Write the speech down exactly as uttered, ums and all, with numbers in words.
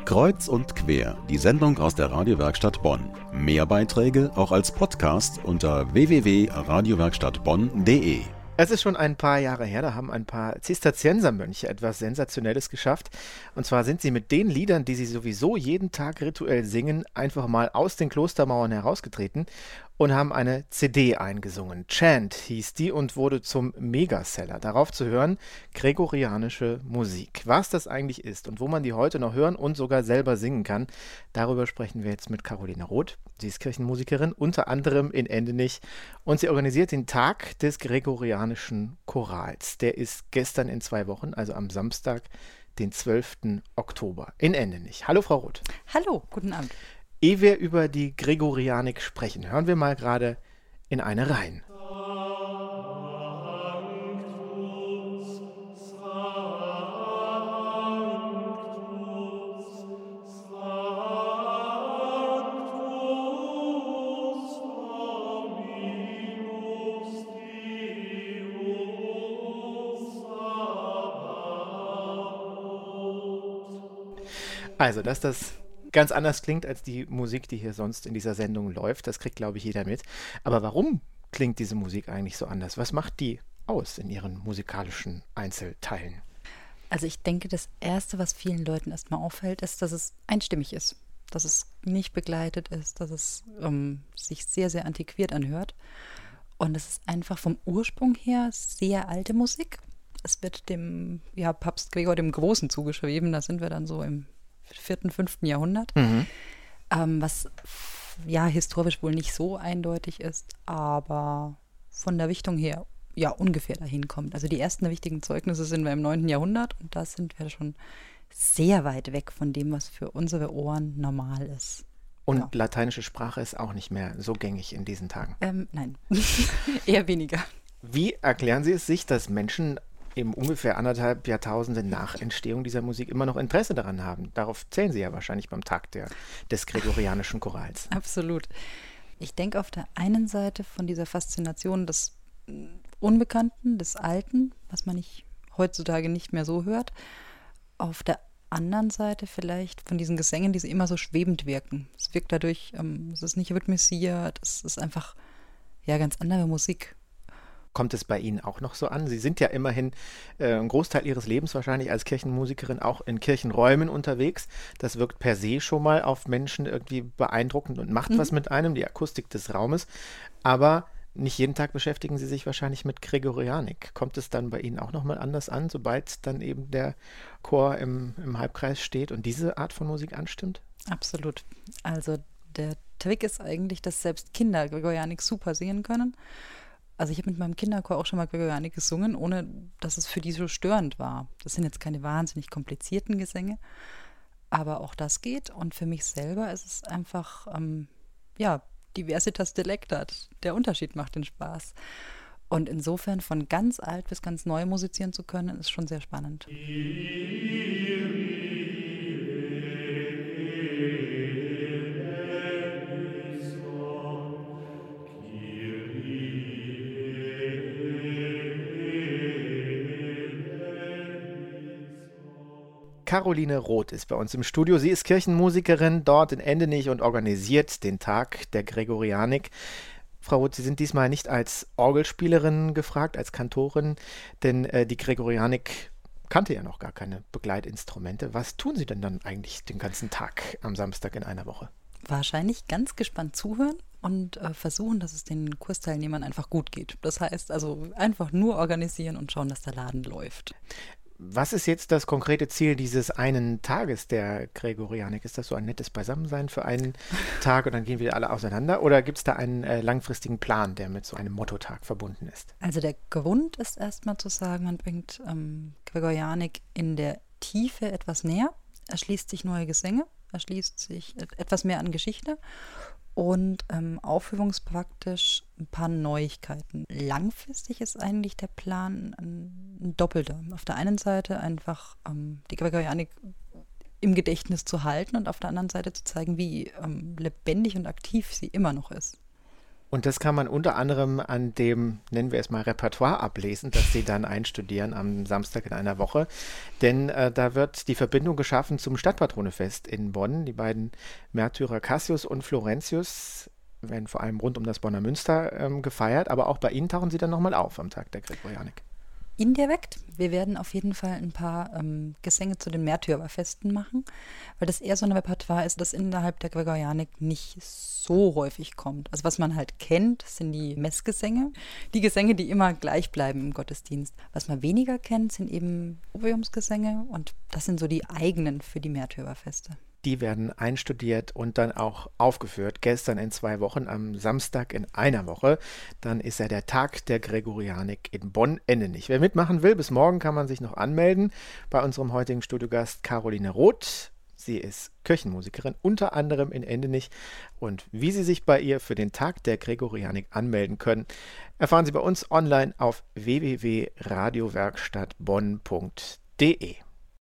Kreuz und quer, die Sendung aus der Radiowerkstatt Bonn. Mehr Beiträge auch als Podcast unter w w w punkt radiowerkstattbonn punkt d e. Es ist schon ein paar Jahre her, da haben ein paar Zisterziensermönche etwas Sensationelles geschafft. Und zwar sind sie mit den Liedern, die sie sowieso jeden Tag rituell singen, einfach mal aus den Klostermauern herausgetreten und haben eine C D eingesungen. Chant hieß die und wurde zum Megaseller. Darauf zu hören, gregorianische Musik. Was das eigentlich ist und wo man die heute noch hören und sogar selber singen kann, darüber sprechen wir jetzt mit Caroline Roth. Sie ist Kirchenmusikerin, unter anderem in Endenich, und sie organisiert den Tag des gregorianischen Chorals. Der ist gestern in zwei Wochen, also am Samstag, den zwölften Oktober in Endenich. Hallo Frau Roth. Hallo, guten Abend. Ehe wir über die Gregorianik sprechen, hören wir mal gerade in eine rein. Also, dass das ganz anders klingt als die Musik, die hier sonst in dieser Sendung läuft, das kriegt, glaube ich, jeder mit. Aber warum klingt diese Musik eigentlich so anders? Was macht die aus in ihren musikalischen Einzelteilen? Also ich denke, das Erste, was vielen Leuten erstmal auffällt, ist, dass es einstimmig ist, dass es nicht begleitet ist, dass es ähm, sich sehr, sehr antiquiert anhört. Und es ist einfach vom Ursprung her sehr alte Musik. Es wird dem ja, Papst Gregor dem Großen zugeschrieben, da sind wir dann so im vierten, fünften Jahrhundert, mhm. ähm, was ja historisch wohl nicht so eindeutig ist, aber von der Richtung her ja ungefähr dahin kommt. Also die ersten wichtigen Zeugnisse sind wir im neunten Jahrhundert und da sind wir schon sehr weit weg von dem, was für unsere Ohren normal ist. Und ja. Lateinische Sprache ist auch nicht mehr so gängig in diesen Tagen? Ähm, nein, eher weniger. Wie erklären Sie es sich, dass Menschen eben ungefähr anderthalb Jahrtausende nach Entstehung dieser Musik immer noch Interesse daran haben? Darauf zählen Sie ja wahrscheinlich beim Tag der, des gregorianischen Chorals. Absolut. Ich denke auf der einen Seite von dieser Faszination des Unbekannten, des Alten, was man nicht, heutzutage nicht mehr so hört. Auf der anderen Seite vielleicht von diesen Gesängen, die sie immer so schwebend wirken. Es wirkt dadurch, ähm, es ist nicht rhythmisiert, es ist einfach ja ganz andere Musik. Kommt es bei Ihnen auch noch so an? Sie sind ja immerhin äh, einen Großteil Ihres Lebens wahrscheinlich als Kirchenmusikerin auch in Kirchenräumen unterwegs. Das wirkt per se schon mal auf Menschen irgendwie beeindruckend und macht mhm. was mit einem, die Akustik des Raumes. Aber nicht jeden Tag beschäftigen Sie sich wahrscheinlich mit Gregorianik. Kommt es dann bei Ihnen auch nochmal anders an, sobald dann eben der Chor im, im Halbkreis steht und diese Art von Musik anstimmt? Absolut. Also der Trick ist eigentlich, dass selbst Kinder Gregorianik super singen können. Also ich habe mit meinem Kinderchor auch schon mal Gregorianik gesungen, ohne dass es für die so störend war. Das sind jetzt keine wahnsinnig komplizierten Gesänge, aber auch das geht. Und für mich selber ist es einfach, ähm, ja, Diversitas Delectat. Der Unterschied macht den Spaß. Und insofern von ganz alt bis ganz neu musizieren zu können, ist schon sehr spannend. Caroline Roth ist bei uns im Studio. Sie ist Kirchenmusikerin dort in Endenich und organisiert den Tag der Gregorianik. Frau Roth, Sie sind diesmal nicht als Orgelspielerin gefragt, als Kantorin, denn äh, die Gregorianik kannte ja noch gar keine Begleitinstrumente. Was tun Sie denn dann eigentlich den ganzen Tag am Samstag in einer Woche? Wahrscheinlich ganz gespannt zuhören und äh, versuchen, dass es den Kursteilnehmern einfach gut geht. Das heißt also einfach nur organisieren und schauen, dass der Laden läuft. Was ist jetzt das konkrete Ziel dieses einen Tages der Gregorianik? Ist das so ein nettes Beisammensein für einen Tag und dann gehen wir alle auseinander? Oder gibt es da einen äh, langfristigen Plan, der mit so einem Mottotag verbunden ist? Also der Grund ist erstmal zu sagen, man bringt ähm, Gregorianik in der Tiefe etwas näher, erschließt sich neue Gesänge, erschließt sich et- etwas mehr an Geschichte und ähm, aufführungspraktisch ein paar Neuigkeiten. Langfristig ist eigentlich der Plan ein, ein doppelter. Auf der einen Seite einfach ähm, die Gregorianik im Gedächtnis zu halten und auf der anderen Seite zu zeigen, wie ähm, lebendig und aktiv sie immer noch ist. Und das kann man unter anderem an dem, nennen wir es mal, Repertoire ablesen, das sie dann einstudieren am Samstag in einer Woche. Denn äh, da wird die Verbindung geschaffen zum Stadtpatronefest in Bonn. Die beiden Märtyrer Cassius und Florentius werden vor allem rund um das Bonner Münster ähm, gefeiert, aber auch bei Ihnen tauchen sie dann nochmal auf am Tag der Gregorianik. Indirekt. Wir werden auf jeden Fall ein paar ähm, Gesänge zu den Märtyrerfesten machen, weil das eher so ein Repertoire ist, das innerhalb der Gregorianik nicht so häufig kommt. Also was man halt kennt, sind die Messgesänge, die Gesänge, die immer gleich bleiben im Gottesdienst. Was man weniger kennt, sind eben Oviumsgesänge und das sind so die eigenen für die Märtyrerfeste. Die werden einstudiert und dann auch aufgeführt. Gestern in zwei Wochen, am Samstag in einer Woche. Dann ist ja der Tag der Gregorianik in Bonn Endenich. Wer mitmachen will, bis morgen kann man sich noch anmelden bei unserem heutigen Studiogast Caroline Roth. Sie ist Kirchenmusikerin, unter anderem in Endenich. Und wie Sie sich bei ihr für den Tag der Gregorianik anmelden können, erfahren Sie bei uns online auf w w w punkt radiowerkstattbonn punkt d e.